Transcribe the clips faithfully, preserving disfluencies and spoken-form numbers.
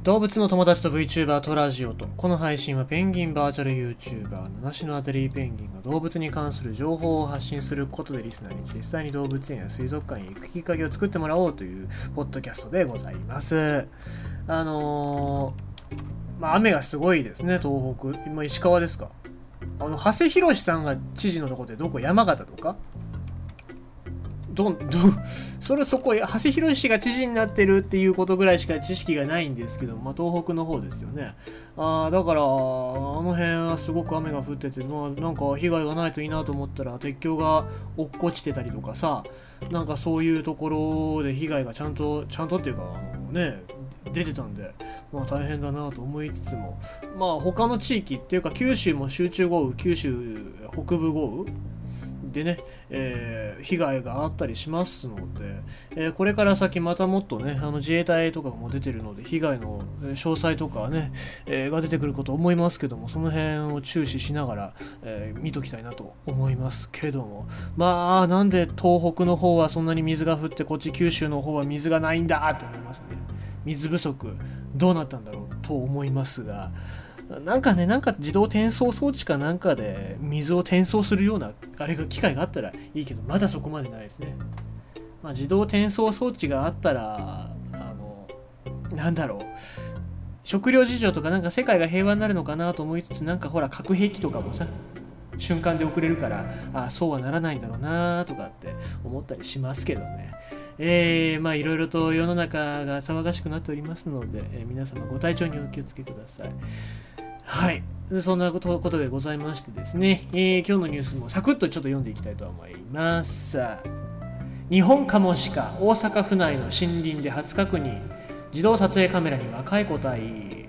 動物の友達と VTuber とラジオと。この配信はペンギンバーチャル YouTuber 七種のアデリーペンギンが動物に関する情報を発信することでリスナーに実際に動物園や水族館へ行くきっかけを作ってもらおうというポッドキャストでございます。あのー、まあ雨がすごいですね。東北、今石川ですか。あの長谷博さんが知事のとこでどこ、山形とかどどそれそこ長谷博氏が知事になってるっていうことぐらいしか知識がないんですけど、まあ、東北の方ですよね。あだからあの辺はすごく雨が降ってて、まあ、なんか被害がないといいなと思ったら鉄橋が落っこちてたりとかさ、なんかそういうところで被害がちゃんとちゃんとっていうかあのね出てたんで、まあ大変だなと思いつつも、まあ他の地域っていうか九州も集中豪雨、九州北部豪雨でね、えー、被害があったりしますので、えー、これから先またもっとね、あの自衛隊とかも出てるので、被害の詳細とかね、えー、が出てくること思いますけども、その辺を注視しながら、えー、見ときたいなと思いますけども、まあなんで東北の方はそんなに水が降って、こっち九州の方は水がないんだと思いますね。水不足どうなったんだろうと思いますが、なんかね、なんか自動転送装置かなんかで水を転送するようなあれが機械があったらいいけど、まだそこまでないですね。まあ、自動転送装置があったら、あのなんだろう、食料事情とかなんか世界が平和になるのかなと思いつつ、なんかほら核兵器とかもさ瞬間で送れるから、あそうはならないんだろうなとかって思ったりしますけどね。えー、まあいろいろと世の中が騒がしくなっておりますので、えー、皆様ご体調にお気をつけください。はい、そんなことでございましてですね、えー、今日のニュースもサクッとちょっと読んでいきたいと思います。日本カモシカ、大阪府内の森林で初確認。自動撮影カメラに若い個体。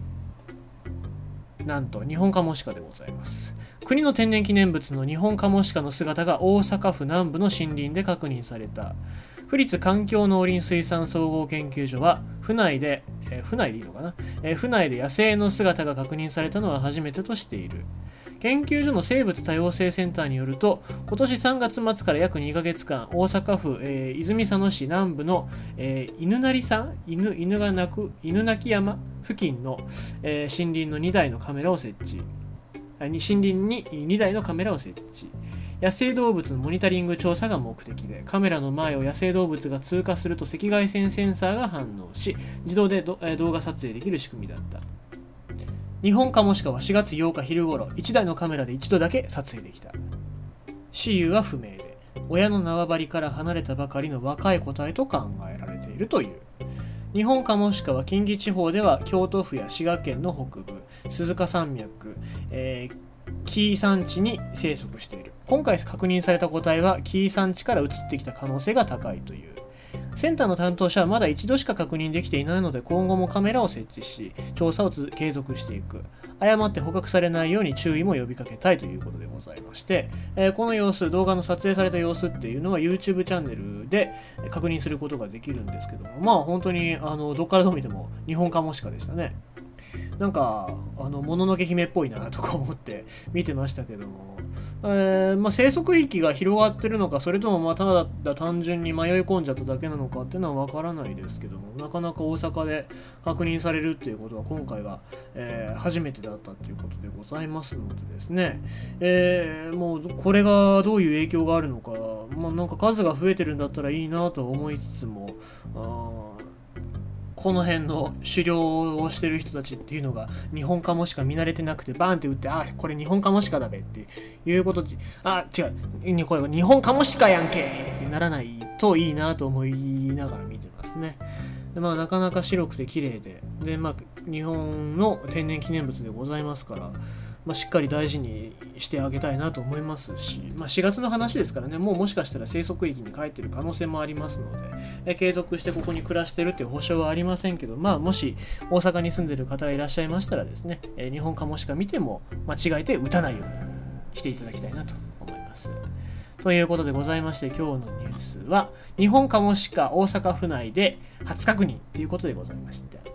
なんと日本カモシカでございます。国の天然記念物の日本カモシカの姿が大阪府南部の森林で確認された。府立環境農林水産総合研究所は府内で、えー、府内でいいのかな、えー、府内で野生の姿が確認されたのは初めてとしている。研究所の生物多様性センターによると、今年さんがつ末から約にかげつかん、大阪府、えー、泉佐野市南部の、えー、犬鳴山 犬, 犬が鳴く犬鳴山付近の、えー、森林のにだいのカメラを設置。森林ににだいのカメラを設置。野生動物のモニタリング調査が目的で、カメラの前を野生動物が通過すると赤外線センサーが反応し、自動で動画撮影できる仕組みだった。日本カモシカはしがつようか昼頃、いちだいのカメラで一度だけ撮影できた。死因は不明で、親の縄張りから離れたばかりの若い個体と考えられているという。日本カモシカは近畿地方では京都府や滋賀県の北部、鈴鹿山脈、えー紀伊山地に生息している。今回確認された個体は紀伊山地から移ってきた可能性が高いという。センターの担当者はまだ一度しか確認できていないので、今後もカメラを設置し調査を継続していく。誤って捕獲されないように注意も呼びかけたいということでございまして、えー、この様子、動画の撮影された様子っていうのは YouTube チャンネルで確認することができるんですけども、まあ本当にあのどっからどう見ても日本カモシカでしたね。なんかあのもののけ姫っぽいなとか思って見てましたけども、えーまあ、生息域が広がってるのか、それともまあただ単純に迷い込んじゃっただけなのかっていうのは分からないですけども、なかなか大阪で確認されるっていうことは今回が、えー、初めてだったっていうことでございますのでですね、えー、もうこれがどういう影響があるのか、まあ、なんか数が増えてるんだったらいいなと思いつつも、あこの辺の狩猟をしてる人たちっていうのが日本カモシカ見慣れてなくて、バーンって打って、あこれ日本カモシカだべっていうこと、あ違うこれ日本カモシカやんけってならないといいなと思いながら見てますね。でまあなかなか白くて綺麗で、でまあ日本の天然記念物でございますから、まあ、しっかり大事にしてあげたいなと思いますし、まあ、しがつの話ですからね、もうもしかしたら生息域に帰っている可能性もありますので、え継続してここに暮らしているという保証はありませんけど、まあ、もし大阪に住んでいる方がいらっしゃいましたらですね、え日本カモシカ見ても間違えて撃たないようにしていただきたいなと思います。ということでございまして、今日のニュースは日本カモシカ大阪府内で初確認ということでございました。